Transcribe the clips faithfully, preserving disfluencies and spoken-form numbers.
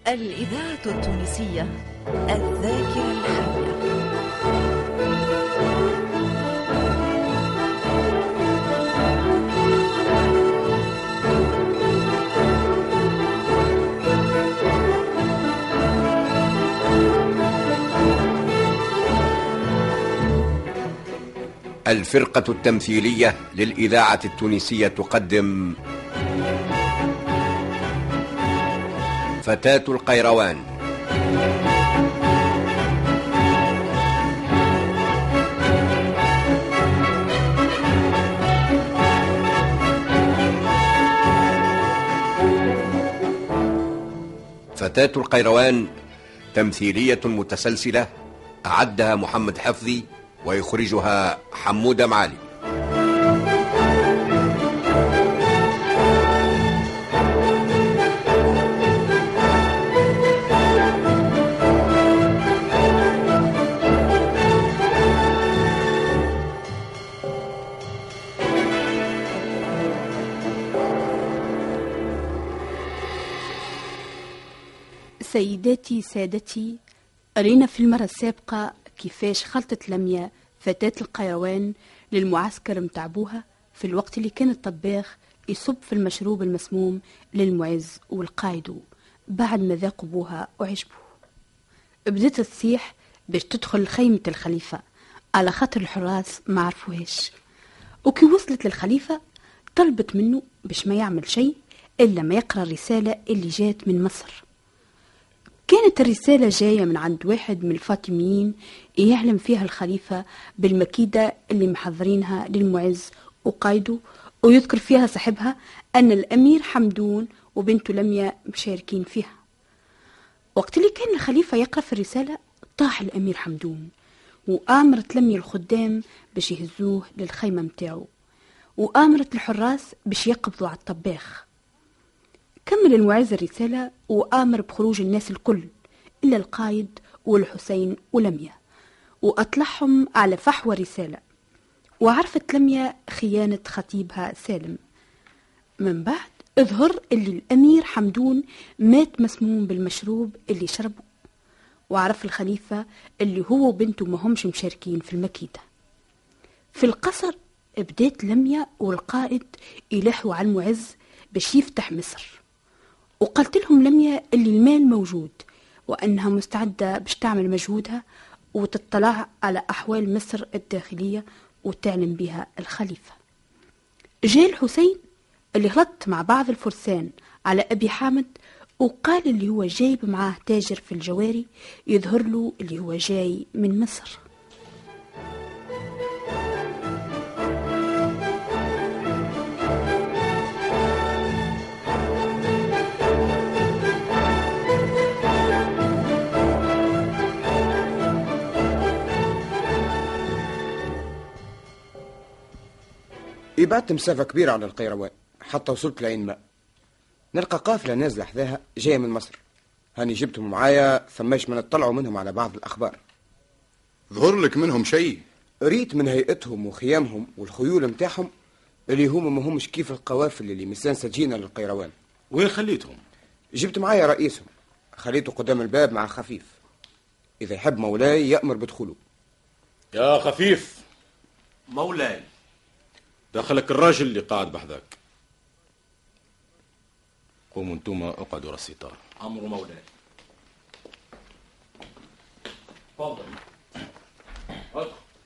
الإذاعة التونسية الذاكرة الحية. الفرقة التمثيلية للإذاعة التونسية تقدم فتاة القيروان. فتاة القيروان تمثيلية متسلسلة أعدها محمد حفظي ويخرجها حمودة معالي. سيداتي سادتي، قرينا في المرة السابقة كيفاش خلطت لميا فتاة القيروان للمعسكر متعبوها في الوقت اللي كان الطباخ يصب في المشروب المسموم للمعز والقايدو بعد ما ذاقوا بوها وعجبوه. بدت تصيح باش تدخل خيمة الخليفة على خاطر الحراس ما عرفوهاش، وكي وصلت للخليفة طلبت منه باش ما يعمل شيء إلا ما يقرأ الرسالة اللي جات من مصر. كانت الرسالة جاية من عند واحد من الفاطميين يعلم فيها الخليفة بالمكيدة اللي محضرينها للمعز وقايده، ويذكر فيها صاحبها أن الأمير حمدون وبنته لميا مشاركين فيها. وقت اللي كان الخليفة يقرأ في الرسالة طاح الأمير حمدون، وآمرت لميا الخدام باش يهزوه للخيمة متاعه، وآمرت الحراس باش يقبضوا على الطباخ. كمل المعز الرسالة وآمر بخروج الناس الكل إلا القايد والحسين ولميا، وأطلعهم على فحوى الرسالة. وعرفت لميا خيانة خطيبها سالم. من بعد اظهر اللي الأمير حمدون مات مسموم بالمشروب اللي شربه، وعرف الخليفة اللي هو وبنته ما همش مشاركين في المكيدة. في القصر بدات لميا والقائد يلحوا على المعز باش يفتح مصر، وقالت لهم لميا اللي المال موجود وأنها مستعدة باش تعمل مجهودها وتطلع على أحوال مصر الداخلية وتعلم بها الخليفة. جاء الحسين اللي غلط مع بعض الفرسان على أبي حامد، وقال اللي هو جايب معاه تاجر في الجواري يظهر له اللي هو جاي من مصر. بعدت مسافة كبيرة على القيروان حتى وصلت لعين ماء، نلقى قافلة نازلة حذاها جاية من مصر. هاني جبتهم معايا ثماش من اطلعوا منهم على بعض الأخبار. ظهر لك منهم شيء؟ ريت من هيئتهم وخيامهم والخيول متاعهم اللي هم ما همش كيف القوافل اللي مسانسة جينا للقيروان. وين خليتهم؟ جبت معايا رئيسهم، خليته قدام الباب مع خفيف، إذا يحب مولاي يأمر بدخوله. يا خفيف. مولاي. دخلك الراجل اللي قاعد بحذاك. قوموا انتوما اقعدوا راس الستار. امر مولاي. تفضل. ادخل.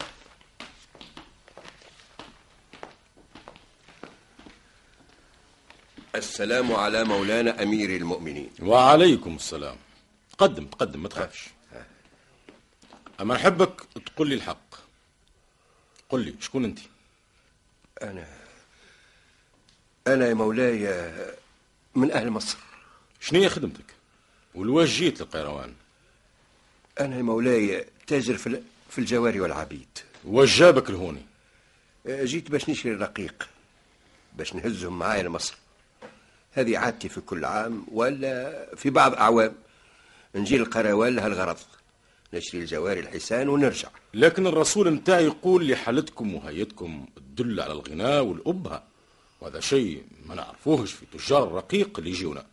السلام على مولانا أمير المؤمنين. وعليكم السلام. تقدم تقدم ما تخافش. أما نحبك تقول لي الحق. قل لي شكون أنت؟ أنا أنا يا مولاي من أهل مصر. شنو هي خدمتك؟ والواش جيت للقيروان؟ أنا يا مولاي تاجر في في الجواري والعبيد. واش جابك لهوني؟ جيت باش نشري الرقيق باش نهزهم معايا لمصر. هذه عادتي في كل عام ولا في بعض أعوام نجي القيروان لها الغرض، نشري الجواري الحسان ونرجع. لكن الرسول متاعي يقول لي حالتكم وهيئتكم تدل على الغناء والأبهة، وهذا شيء ما نعرفوهش في تجار الرقيق اللي يجونا.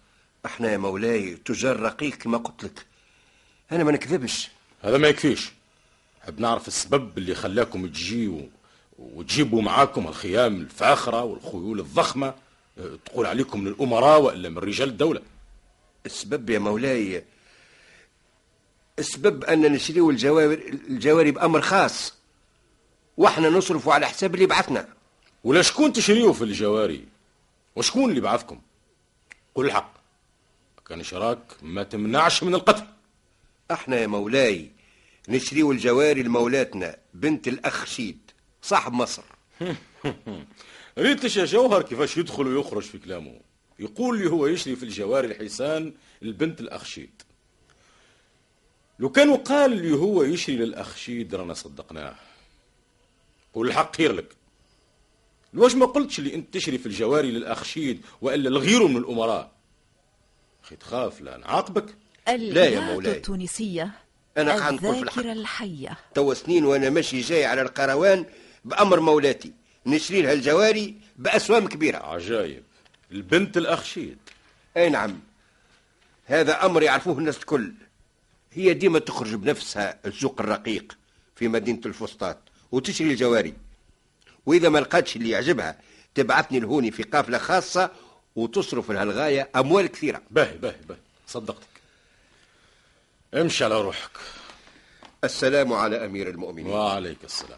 احنا يا مولاي تجار رقيق كما قلت لك، انا ما نكذبش. هذا ما يكفيش، حب نعرف السبب اللي خلاكم تجيوا وتجيبوا معاكم الخيام الفاخرة والخيول الضخمة تقول عليكم من الأمراء وإلا من رجال الدولة. السبب يا مولاي، السبب أن نشريو الجواري الجواري بأمر خاص، واحنا نصرفوا على حساب اللي بعثنا. ولا شكون تشريوه في الجواري؟ وشكون اللي بعثكم؟ قل الحق، كان شراك ما تمنعش من القتل. احنا يا مولاي نشريو الجواري لمولاتنا بنت الأخ شيد صاحب مصر. ريتش يا جوهر كيفاش يدخل ويخرج في كلامه، يقول لي هو يشري في الجواري الحيسان البنت الأخشيد. لو كان قال لي هو يشري للأخشيد رانا صدقناه. قول الحق خير لك، لواش ما قلتش لي انت تشري في الجواري للأخشيد وإلا لغيره من الأمراء؟ أخي تخاف لا نعاقبك؟ لا يا مولاي التونسية أنا قاعد نقول في الحق. الذاكرة الحية. توا سنين وأنا ماشي جاي على القروان بأمر مولاتي نشري لها الجواري بأسوام كبيرة. عجايب، البنت الأخشيد. أي نعم، هذا أمر يعرفوه الناس الكل. هي ديما تخرج بنفسها السوق الرقيق في مدينة الفسطاط وتشري الجواري، وإذا ما لقاتش اللي يعجبها تبعثني لهوني في قافلة خاصة وتصرف لها الغاية أموال كثيرة. باهي باهي باهي، صدقتك. امشي على روحك. السلام على أمير المؤمنين. وعليك السلام.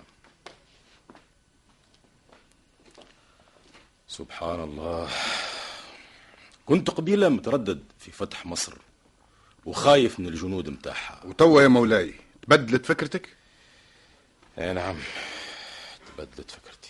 سبحان الله، كنت قبيلة متردد في فتح مصر وخايف من الجنود متاعها، وتوا يا مولاي تبدلت فكرتك؟ اي نعم تبدلت فكرتي.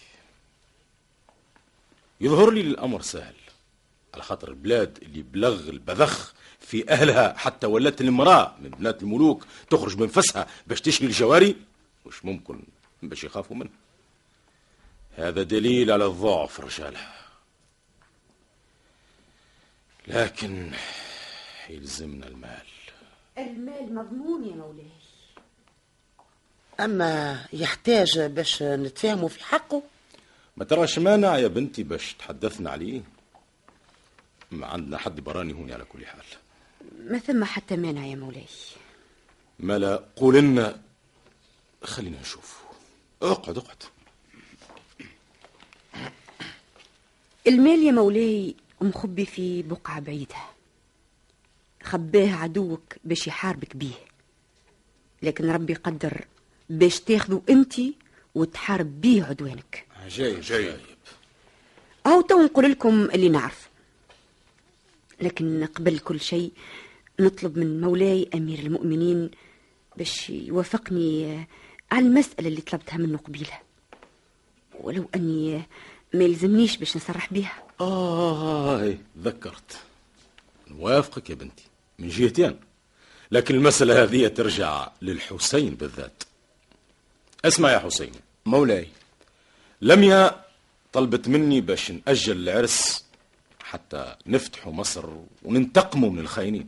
يظهر لي الأمر سهل، على خاطر البلاد اللي بلغ البذخ في أهلها حتى ولات المرأة من بنات الملوك تخرج بنفسها باش تشري الجواري، وش ممكن باش يخافوا منها؟ هذا دليل على الضعف رجالها. لكن يلزمنا المال. المال مضمون يا مولاي، أما يحتاج باش نتفاهموا في حقه. ما تراش مانع يا بنتي باش تحدثنا عليه؟ ما عندنا حد براني هوني على كل حال. ما ثم حتى مانع يا مولاي. ما لا قول لنا، خلينا نشوف. اقعد اقعد. المال يا مولاي مخبي في بقعة بعيدة، خباه عدوك باش يحاربك بيه، لكن ربي قدر باش تاخذوا انتي وتحارب بيه عدوانك. عجيب عجيب. اهو تو نقول لكم اللي نعرف، لكن قبل كل شيء نطلب من مولاي أمير المؤمنين باش يوافقني على المسألة اللي طلبتها منه قبيلة، ولو أني ما يلزمنيش باش نصرح بها. آه هاي ذكرت، نوافقك يا بنتي من جهتين، لكن المسألة هذه ترجع للحسين بالذات. اسمع يا حسين. مولاي، لميا طلبت مني باش نأجل العرس حتى نفتحوا مصر وننتقموا من الخاينين.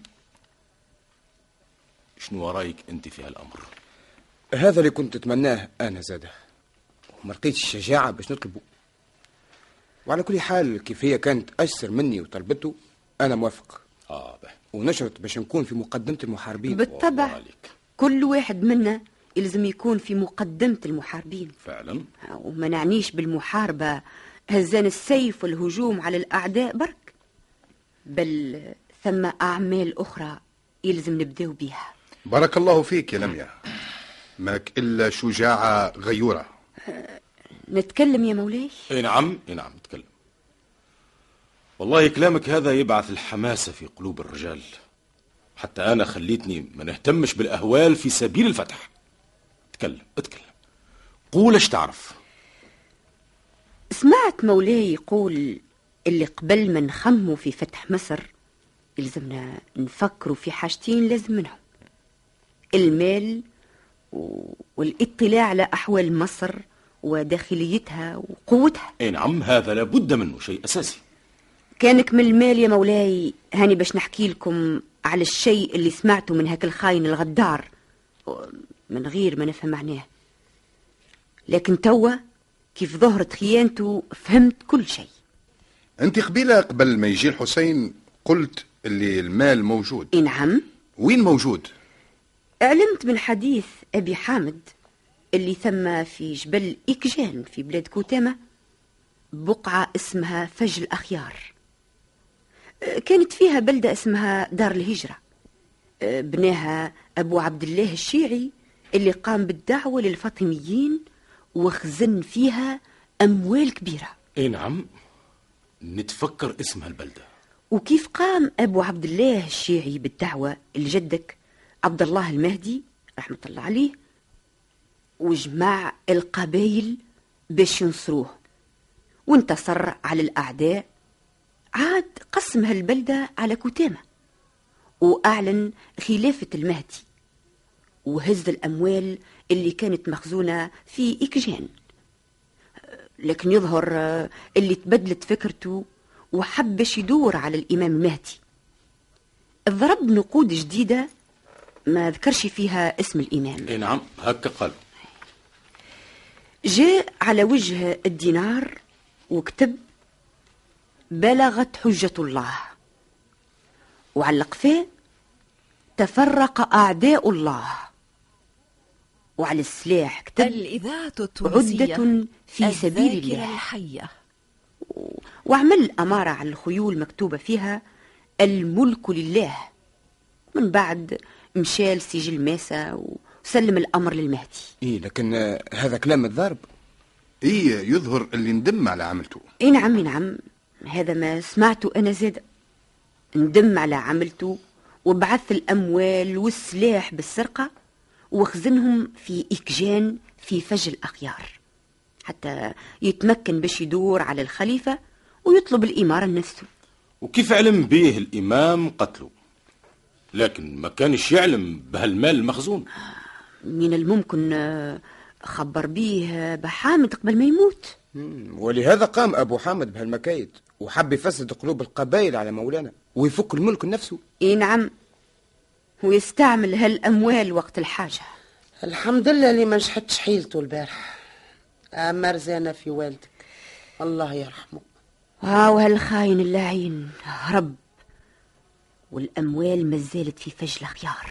شنو رايك انت في هالامر؟ هذا اللي كنت اتمناه انا زاده، وما لقيتش الشجاعه باش نطلبه. وعلى كل حال كيف هي كانت اجسر مني وطلبته انا موافق. اه به. ونشرت باش نكون في مقدمه المحاربين. بالطبع كل واحد منا يلزم يكون في مقدمه المحاربين فعلا. وما نعنيش بالمحاربه هزان السيف والهجوم على الاعداء برك، بل ثم اعمال اخرى يلزم نبداو بيها. بارك الله فيك يا لميا، ماك إلا شجاعة غيورة. أه نتكلم يا مولاي؟ اي نعم اي نعم نتكلم. والله كلامك هذا يبعث الحماسة في قلوب الرجال، حتى أنا خليتني ما نهتمش بالأهوال في سبيل الفتح. اتكلم اتكلم، قول ايش تعرف. سمعت مولاي يقول اللي قبل ما نخموا في فتح مصر يلزمنا نفكروا في حاجتين لازم منهم: المال والاطلاع على أحوال مصر وداخليتها وقوتها. اي نعم هذا لابد منه، شيء أساسي. كانك من المال يا مولاي هاني باش نحكي لكم على الشيء اللي سمعته من هاك الخاين الغدار من غير ما نفهم معناه، لكن توا كيف ظهرت خيانته فهمت كل شيء. انت قبيلة قبل ما يجي الحسين قلت اللي المال موجود. إيه نعم. وين موجود؟ علمت من حديث أبي حامد اللي ثم في جبل إكجان في بلاد كوتامة بقعة اسمها فج الأخيار، كانت فيها بلدة اسمها دار الهجرة، بناها أبو عبد الله الشيعي اللي قام بالدعوة للفاطميين وخزن فيها أموال كبيرة. اي نعم، نتفكر اسمها البلدة. وكيف قام أبو عبد الله الشيعي بالدعوة لجدك عبد الله المهدي رحمة الله عليه وجمع القبائل باش ينصروه وانتصر على الأعداء، عاد قسم هالبلدة على كتامة وأعلن خلافة المهدي وهز الأموال اللي كانت مخزونة في إكجان. لكن يظهر اللي تبدلت فكرته وحب باش يدور على الإمام المهدي، ضرب نقود جديدة ما ذكرش فيها اسم الإمام. اي نعم هكا قال. جاء على وجه الدينار وكتب بلغت حجة الله، وعلى القفاه تفرق أعداء الله، وعلى السلاح كتب الإذاعة التونسية عدة في سبيل الله الحية، وعمل أمارة على الخيول مكتوبة فيها الملك لله. من بعد مشى لسجل ماسة وسلم الأمر للمهدي. إيه لكن آه، هذا كلام الضرب. إيه يظهر اللي ندم على عملته. إيه نعم نعم، هذا ما سمعته أنا زاد. ندم على عملته وبعث الأموال والسلاح بالسرقة وخزنهم في إكجان في فج الأخيار حتى يتمكن باش يدور على الخليفة ويطلب الإمارة لنفسه. وكيف علم به الإمام قتله؟ لكن ما كانش يعلم بهالمال المخزون. من الممكن خبر به بحامد قبل ما يموت. ولهذا قام أبو حامد بهالمكايد وحب يفسد قلوب القبائل على مولانا ويفك الملك نفسه. إيه نعم، ويستعمل هالأموال وقت الحاجة. الحمد لله اللي ما نجحتش حيلته البارح. أما رزانا في والدك الله يرحمه. واو هالخاين اللاعين هرب والأموال ما زالت في فج الخيار.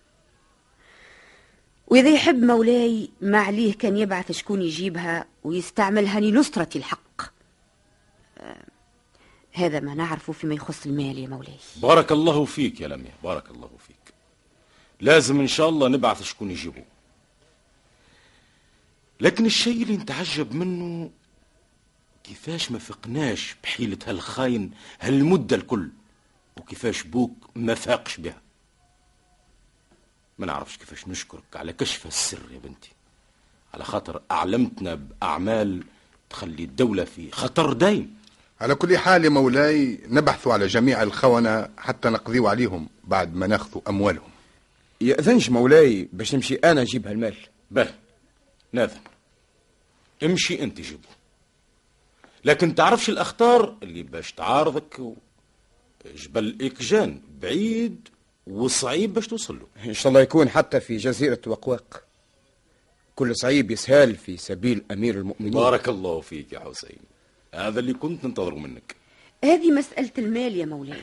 وإذا يحب مولاي ما عليه كان يبعث شكون يجيبها ويستعملها لنصرة الحق. آه هذا ما نعرفه فيما يخص المال يا مولاي. بارك الله فيك يا لميا، بارك الله فيك. لازم إن شاء الله نبعث شكون يجيبه. لكن الشيء اللي نتعجب منه كيفاش ما فقناش بحيلة هالخاين هالمدة الكل، وكيفاش بوك ما فاقش بها. ما نعرفش كيفاش نشكرك على كشف السر يا بنتي، على خاطر أعلمتنا بأعمال تخلي الدولة في خطر دايم. على كل حال يا مولاي نبحثوا على جميع الخونة حتى نقضيوا عليهم بعد ما ناخذوا أموالهم. يأذنش مولاي باش نمشي أنا أجيب هالمال؟ به ناذن، امشي أنت جيبه، لكن تعرفش الأخطار اللي باش تعارضك. جبل إكجان بعيد وصعيب باش توصل له. إن شاء الله يكون حتى في جزيرة وقواق، كل صعيب يسهل في سبيل أمير المؤمنين. بارك الله فيك يا حسين، هذا اللي كنت ننتظره منك. هذه مسألة المال يا مولاي،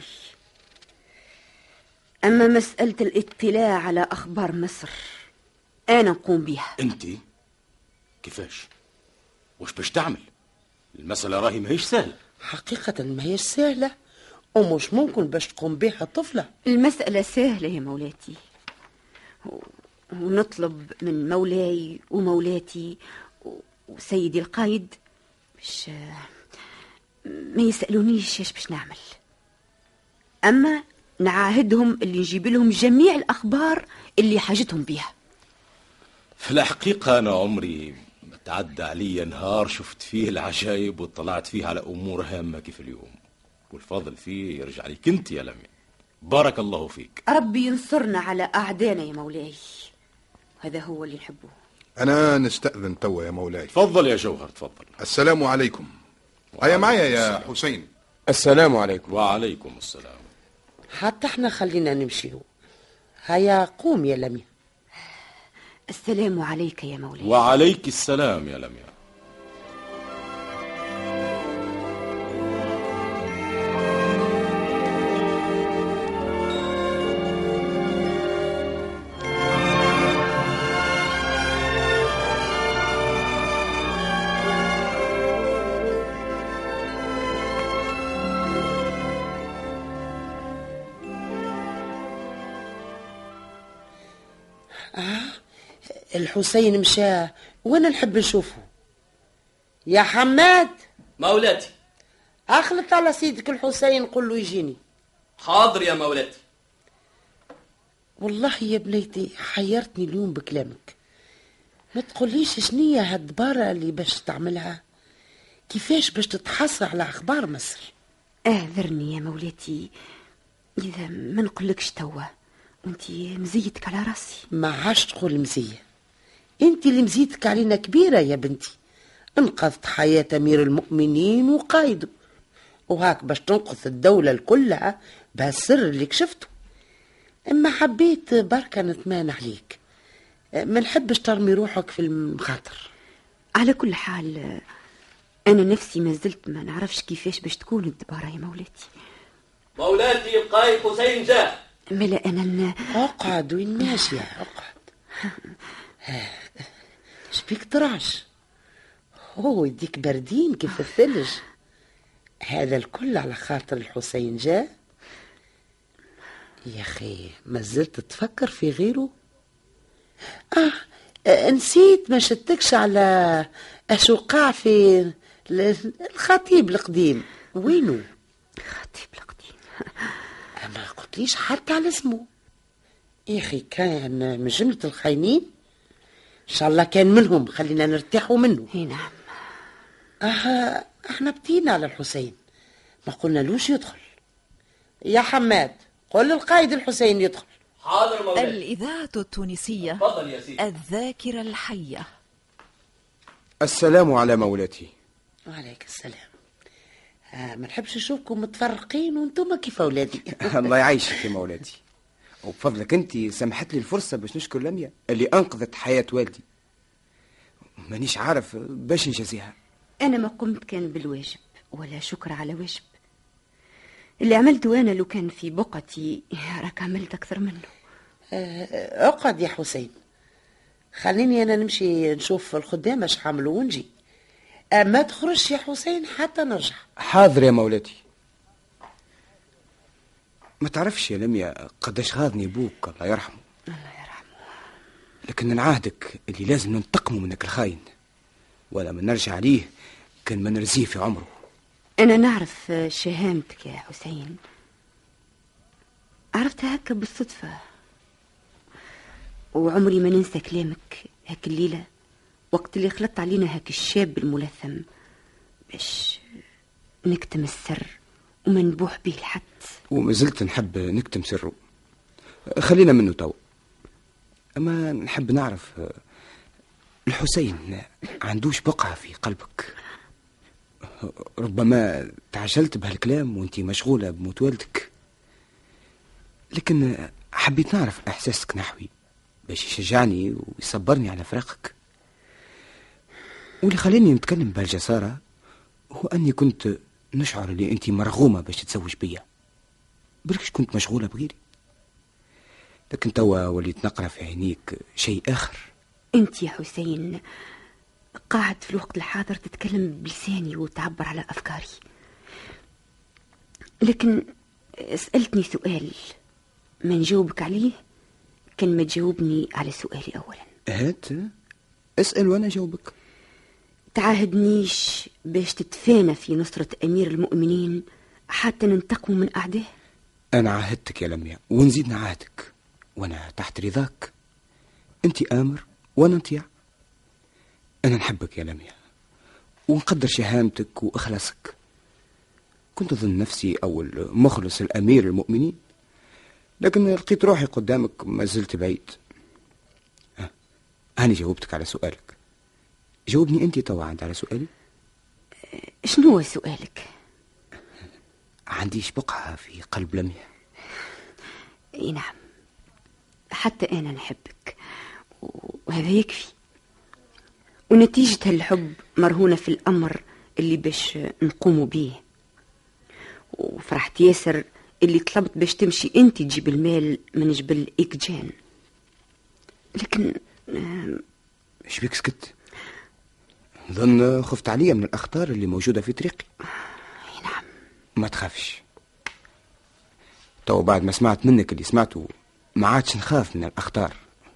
أما مسألة الاطلاع على أخبار مصر أنا نقوم بها. أنت كيفاش؟ وش باش تعمل؟ المسألة راهي ماهيش سهلة. حقيقة ما هيش سهلة ومش ممكن باش تقوم بها طفلة. المسألة سهلة يا مولاتي، ونطلب من مولاي ومولاتي وسيدي القايد باش ما يسألونيش ايش باش نعمل، أما نعاهدهم اللي نجيب لهم جميع الأخبار اللي حاجتهم بها. في الحقيقة أنا عمري ما تعدى علي نهار شفت فيه العجائب واطلعت فيه على أمور هامة كيف اليوم، والفضل فيه يرجع لك أنت يا لميا. بارك الله فيك. ربي ينصرنا على أعدانا يا مولاي، هذا هو اللي نحبه. أنا نستأذن توا يا مولاي. تفضل يا جوهر تفضل. السلام عليكم. هيا معايا يا حسين. السلام عليكم. وعليكم السلام. حتى احنا خلينا نمشيو. هيا قوم يا لميا. السلام عليك يا مولاي. وعليك السلام يا لميا. آه الحسين مشى وانا نحب نشوفه. يا حماد مولاتي. اخلط على سيدك الحسين قل له يجيني. حاضر يا مولاتي. والله يا بنيتي حيرتني اليوم بكلامك. ما تقوليش شنية هالدبارة اللي باش تعملها؟ كيفاش باش تتحصل على اخبار مصر؟ اعذرني يا مولاتي اذا ما نقولكش توا، وانتي مزيتك على راسي. ما عادش تقول مزية، انت اللي مزيتك علينا كبيرة يا بنتي. انقذت حياة امير المؤمنين وقايده، وهاك باش تنقذ الدولة كلها بهالسر اللي كشفته. اما حبيت بركة نتمان عليك، ما نحبش ترمي روحك في المخاطر. على كل حال انا نفسي ما زلت ما نعرفش كيفاش باش تكون الدبارة يا مولاتي. مولاتي القايد حسين جاء. ملا انا ن... اقعد وين ماشية اقعد. شبيك ترعش؟ هو يديك بردين كيف الثلج. هذا الكل على خاطر الحسين جاء؟ يا أخي ما زلت تفكر في غيره؟ آه نسيت ما شتكش على أشوقع في الخطيب القديم. وينو الخطيب القديم؟ ما قلتليش حتى على اسمه. يا أخي كان من جملة الخاينين؟ إن شاء الله كان منهم، خلينا نرتاحوا منه. اي نعم. آه احنا بتينا على الحسين، ما قلنا لوش يدخل. يا حماد قل للقائد الحسين يدخل. حاضر مولاي. الإذاعة التونسية. تفضل يا سيدي. الذاكرة الحية. السلام على مولاتي. وعليك السلام. آه ما نحبش نشوفكم متفرقين وانتم كيف أولادي. الله يعيشك يا مولاتي، وبفضلك انت سمحت لي الفرصة باش نشكر لميا اللي أنقذت حياة والدي. مانيش عارف باش نجازيها. انا ما قمت كان بالواجب ولا شكر على واجب. اللي عملته انا لو كان في بقعتي راك عملت اكثر منه. آه اقعد يا حسين، خليني انا نمشي نشوف الخدام اش عملوا ونجي. آه ما تخرجش يا حسين حتى نرجع. حاضر يا مولاتي. ما تعرفش يا لميا قداش غاضني بوك الله يرحمه. الله يرحمه. لكن نعاهدك اللي لازم ننتقموا منك الخاين، ولا ما نرجع عليه كان ما نرزيه في عمره. أنا نعرف شهامتك يا حسين، عرفتها هكا بالصدفة، وعمري ما ننسى كلامك هاك الليلة وقت اللي خلطت علينا هاك الشاب الملثم باش نكتم السر وما نبوح به لحد. وما زلت نحب نكتم سره، خلينا منه تو. أما نحب نعرف الحسين عندوش بقعة في قلبك؟ ربما تعجلت بهالكلام وانتي مشغولة بموت والدك، لكن حبيت نعرف احساسك نحوي باش يشجعني ويصبرني على فراقك. واللي خلاني نتكلم بهالجسارة هو اني كنت نشعر اللي انتي مرغومة باش تتزوج بيا، بركش كنت مشغولة بغيري. لكن توا وليت نقرأ في عينيك شيء آخر. انت يا حسين قاعد في الوقت الحاضر تتكلم بلساني وتعبر على أفكاري، لكن سألتني سؤال ما نجاوبك عليه كان ما تجاوبني على سؤالي أولا. هات اسأل وانا جاوبك. تعاهدنيش باش تتفانى في نصرة أمير المؤمنين حتى ننتقم من أعداه؟ أنا عاهدتك يا لميا ونزيد نعاهدك، وانا تحت رضاك. انت آمر وانا نطيع. أنا نحبك يا لميا ونقدر شهامتك وإخلاصك. كنت أظن نفسي أول مخلص الأمير المؤمنين، لكن لقيت روحي قدامك ما زلت بعيد. أنا جاوبتك على سؤالك، جاوبني أنت طبعا عند على سؤالي. شنو هو سؤالك؟ عنديش بقعة في قلب لميا. اي نعم، حتى أنا نحبك وهذا يكفي، ونتيجة هالحب مرهونة في الأمر اللي باش نقوم به. وفرحت ياسر اللي طلبت باش تمشي انت تجيب المال من جبل إكجان، لكن ايش بيك سكت؟ ظن خفت عليا من الأخطار اللي موجودة في طريقي. نعم. ما تخافش، تو بعد ما سمعت منك اللي سمعته ما عادش نخاف من الأخطار،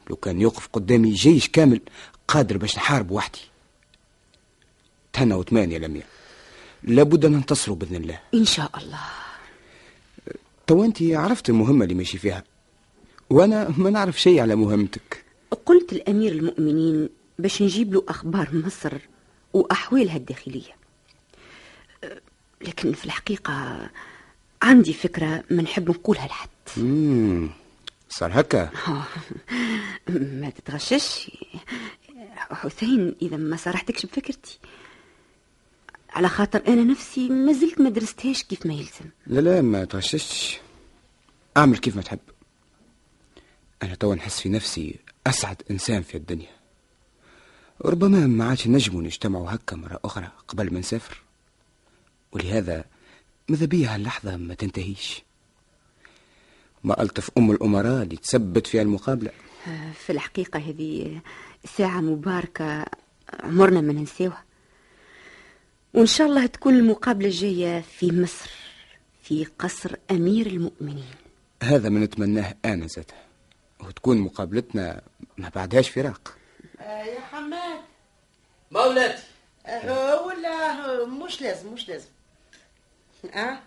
لو كان يوقف قدامي جيش كامل قادر باش نحارب وحدي. تهنى وثمان يا لميا، لابد أن ننتصروا بإذن الله إن شاء الله. تو أنت عرفت المهمة اللي ماشي فيها، وأنا ما نعرف شيء على مهمتك. قلت الأمير المؤمنين باش نجيب له أخبار مصر وأحوالها الداخلية، لكن في الحقيقة عندي فكرة ما نحب نقولها لحد. امم صار هكا؟ ما تتغشش حسين إذا ما صرحتكش بفكرتي، على خاطر أنا نفسي ما زلت ما درستهاش كيف ما يلزم. لا لا ما تغششتش، أعمل كيف ما تحب. أنا توا نحس في نفسي أسعد إنسان في الدنيا، ربما ما عادش نجموا نجتمعوا هكا مرة أخرى قبل ما نسافر، ولهذا ماذا بيا هاللحظة ما تنتهيش. ما ألطف أم الأمراء اللي تثبت فيها المقابلة. في الحقيقة هذه ساعة مباركة عمرنا ما ننساوها، وإن شاء الله تكون المقابلة الجاية في مصر في قصر أمير المؤمنين. هذا ما نتمناه أنا ذاته، وتكون مقابلتنا ما بعدهاش فراق. آه يا حماد. مولاتي. آه ولا مش لازم مش لازم. اه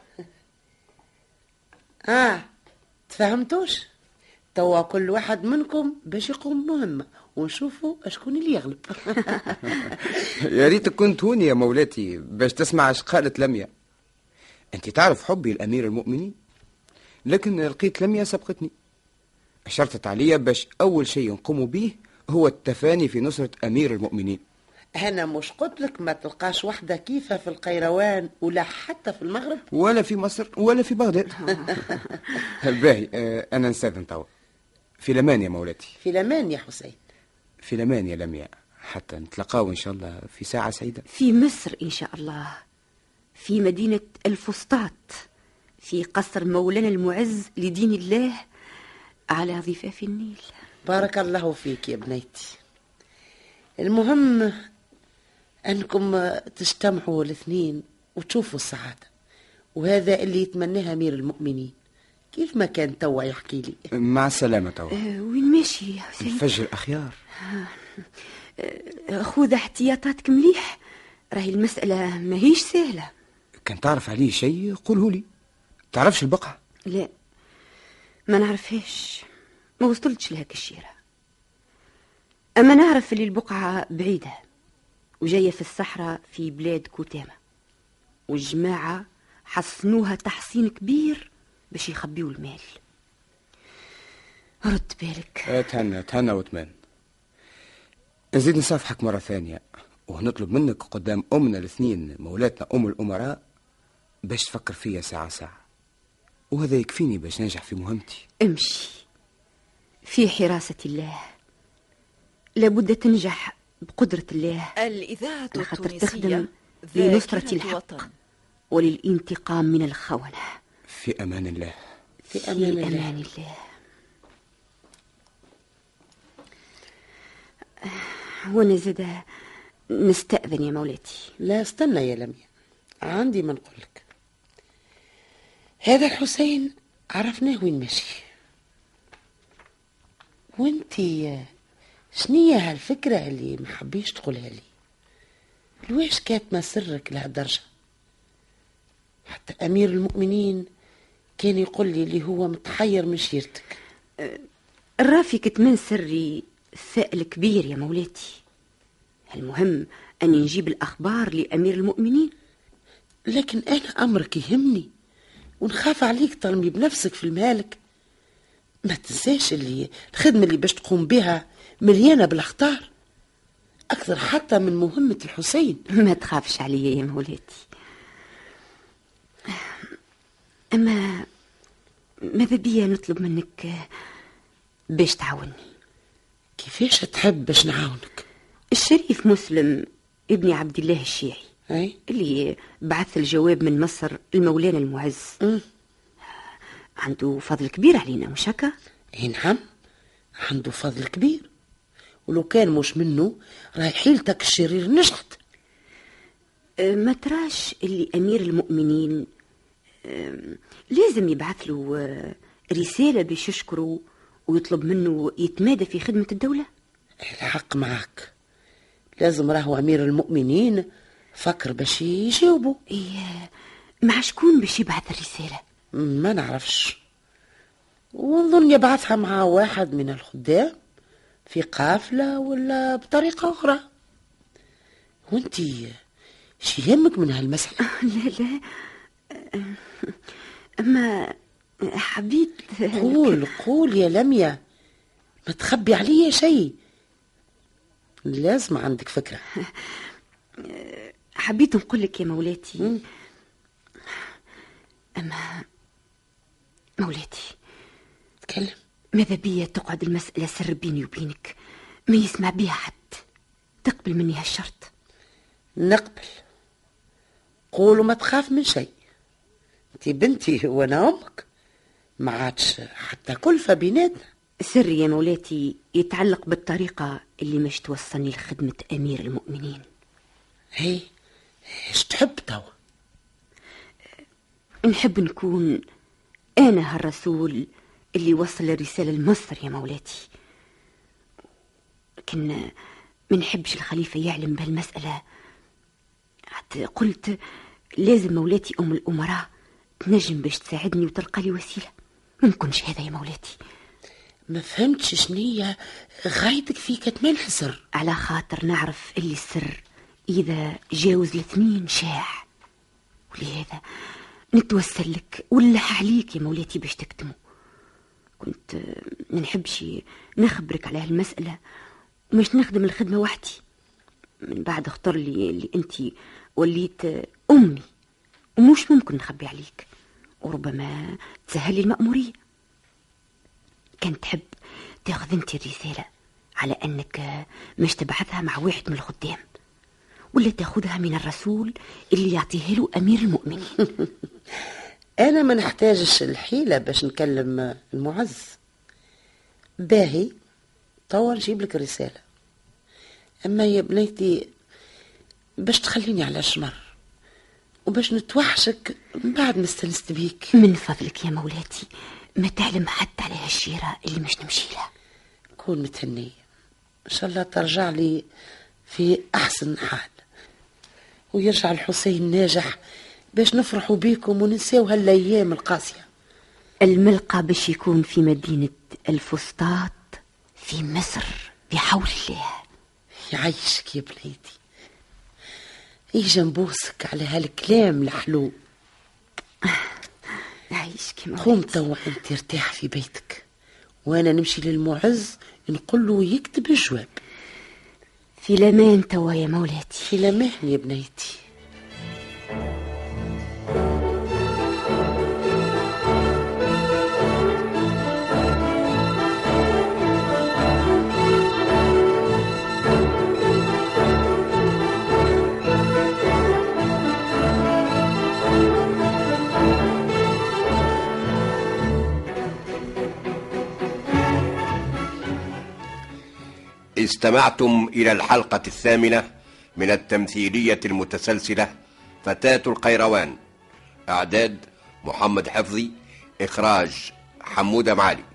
اه تفهمتوش؟ توا كل واحد منكم باش يقوم مهمة ونشوفوا اشكون اللي يغلب. يا ريتك كنت هوني يا مولاتي باش تسمع اش قالت لميا. انت تعرف حبي لأمير المؤمنين، لكن لقيت لميا سبقتني، اشرتت عليا باش اول شيء نقوم به هو التفاني في نصرة أمير المؤمنين. أنا مش قلت لك ما تلقاش وحدة كيفها في القيروان ولا حتى في المغرب ولا في مصر ولا في بغداد. الباهي آه أنا نستاذن توا. في الأمان يا مولاتي. في الأمان يا حسين. في الأمان يا لميا، حتى نتلقاو إن شاء الله في ساعة سعيدة. في مصر إن شاء الله، في مدينة الفسطاط، في قصر مولانا المعز لدين الله على ضفاف النيل. بارك الله فيك يا بنيتي. المهم أنكم تجتمعوا الاثنين وتشوفوا السعادة، وهذا اللي يتمناها أمير المؤمنين. كيف ما كان توا يحكي لي. مع السلامة توا. أه وين ماشي يا حسين؟ الفجر أخيار. أه خذ احتياطاتك مليح، راهي المسألة ما هيش سهلة. كان تعرف عليه شيء قوله لي. تعرفش البقعة؟ لا ما نعرفهاش، ما وصلتش لها كشيرة. أما نعرف اللي البقعة بعيدة وجاية في الصحراء في بلاد كوتامة، والجماعة حصنوها تحصين كبير باش يخبيوا المال. رد بالك. تهنى تهنى وثمان. نزيد نصافحك مرة ثانية ونطلب منك قدام أمنا الاثنين مولاتنا أم الأمراء باش تفكر فيا ساعة ساعة، وهذا يكفيني باش ننجح في مهمتي. امشي في حراسة الله، لابد تنجح بقدرة الله. الإذاعة التونسية تخدم لنصرة الحق وللانتقام من الخونة. في أمان الله. في أمان الله. في أمان الله. وانا زاد نستأذن يا مولاتي. لا استنى يا لميا، عندي ما نقولك. هذا الحسين عرفناه وين ماشي، وانتي شنية هالفكرة اللي محبيش تقولها لي؟ لواش كاتمة سرك لهالدرجة؟ حتى أمير المؤمنين كان يقول لي اللي هو متحير من شيرتك. الرافي كتمان سري سائل كبير يا مولاتي. المهم أني نجيب الأخبار لأمير المؤمنين. لكن أنا أمرك يهمني ونخاف عليك ترمي بنفسك في المهالك. ما تنساش اللي الخدمة اللي باش تقوم بها مليانة بالأخطار، أكثر حتى من مهمة الحسين. ما تخافش عليا يا مولاتي. أما ماذا بيا نطلب منك باش تعاوني؟ كيفاش تحب باش نعاونك؟ الشريف مسلم ابن عبد الله الشيعي أي؟ اللي بعث الجواب من مصر المولانا المعز م. عنده فضل كبير علينا مش هكا؟ اي نعم عنده فضل كبير، ولو كان مش منه راهي حيلتك الشرير نجحت. أه ما تراش اللي أمير المؤمنين أه لازم يبعث له أه رسالة باش يشكره ويطلب منه يتمادى في خدمة الدولة؟ الحق معك، لازم راهو أمير المؤمنين فكر باش يجاوبه. إيه، مع شكون باش يبعث الرسالة؟ ما نعرفش، ونظن يبعثها مع واحد من الخدام في قافلة ولا بطريقة أخرى. وانتي شي يهمك من هالمسألة؟ لا لا، أما حبيت. قول قول يا لميا، ما تخبي عليا شيء، لازم عندك فكرة. حبيت نقول لك يا مولاتي، أما مولاتي تكلم. ماذا بيا تقعد المسألة سر بيني وبينك، ما يسمع بيها حد؟ تقبل مني هالشرط؟ نقبل. قولوا ما تخاف من شيء، انت بنتي وانا امك، ما عادش حتى كلفة بيناتنا. سر يا مولاتي يتعلق بالطريقة اللي مش توصلني لخدمة أمير المؤمنين. هي ايش تحب توا؟ نحب نكون أنا هالرسول اللي وصل الرسالة لمصر يا مولاتي، لكن ما نحبش الخليفة يعلم بهالمسألة. حتى قلت لازم مولاتي أم الأمراء تنجم باش تساعدني وتلقى لي وسيلة. ممكنش هذا يا مولاتي. ما فهمتش شنية غايتك في كتمان السر؟ على خاطر نعرف اللي السر إذا جاوز لثمين شاع، ولهذا نتوسل لك ولح عليك يا مولاتي باش تكتمه. كنت ما نحبش نخبرك على هالمسألة ومش نخدم الخدمة وحدي. من بعد اختار لي اللي انت وليت أمي، ومش ممكن نخبي عليك، وربما تسهل لي المأمورية. كان تحب تاخذ انت الرسالة على انك مش تبعثها مع واحد من الخدام، ولا تاخذها من الرسول اللي يعطيه له أمير المؤمنين. أنا ما نحتاجش الحيلة باش نكلم المعز. باهي طور نجيب لك الرسالة، أما يا بنيتي باش تخليني على شمر وباش نتوحشك بعد ما استنست بيك. من فضلك يا مولاتي ما تعلم حتى على هالشيرة اللي مش نمشي لها. كون متهنية إن شاء الله ترجع لي في أحسن حال، ويرجع الحسين ناجح باش نفرحوا بيكم وننساو هالأيام القاسية. الملقى باش يكون في مدينة الفسطاط في مصر بحول الله. يعيشك يا بنيتي، يجي نبوسك على هالكلام الحلو. يعيشك يا قوم توا انت ارتاح في بيتك، وانا نمشي للمعز نقول له يكتب الجواب. في الامان توا يا مولاتي. في الامان يا بنيتي. استمعتم إلى الحلقة الثامنة من التمثيلية المتسلسلة فتاة القيروان. إعداد محمد حفظي، إخراج حمودة معالي.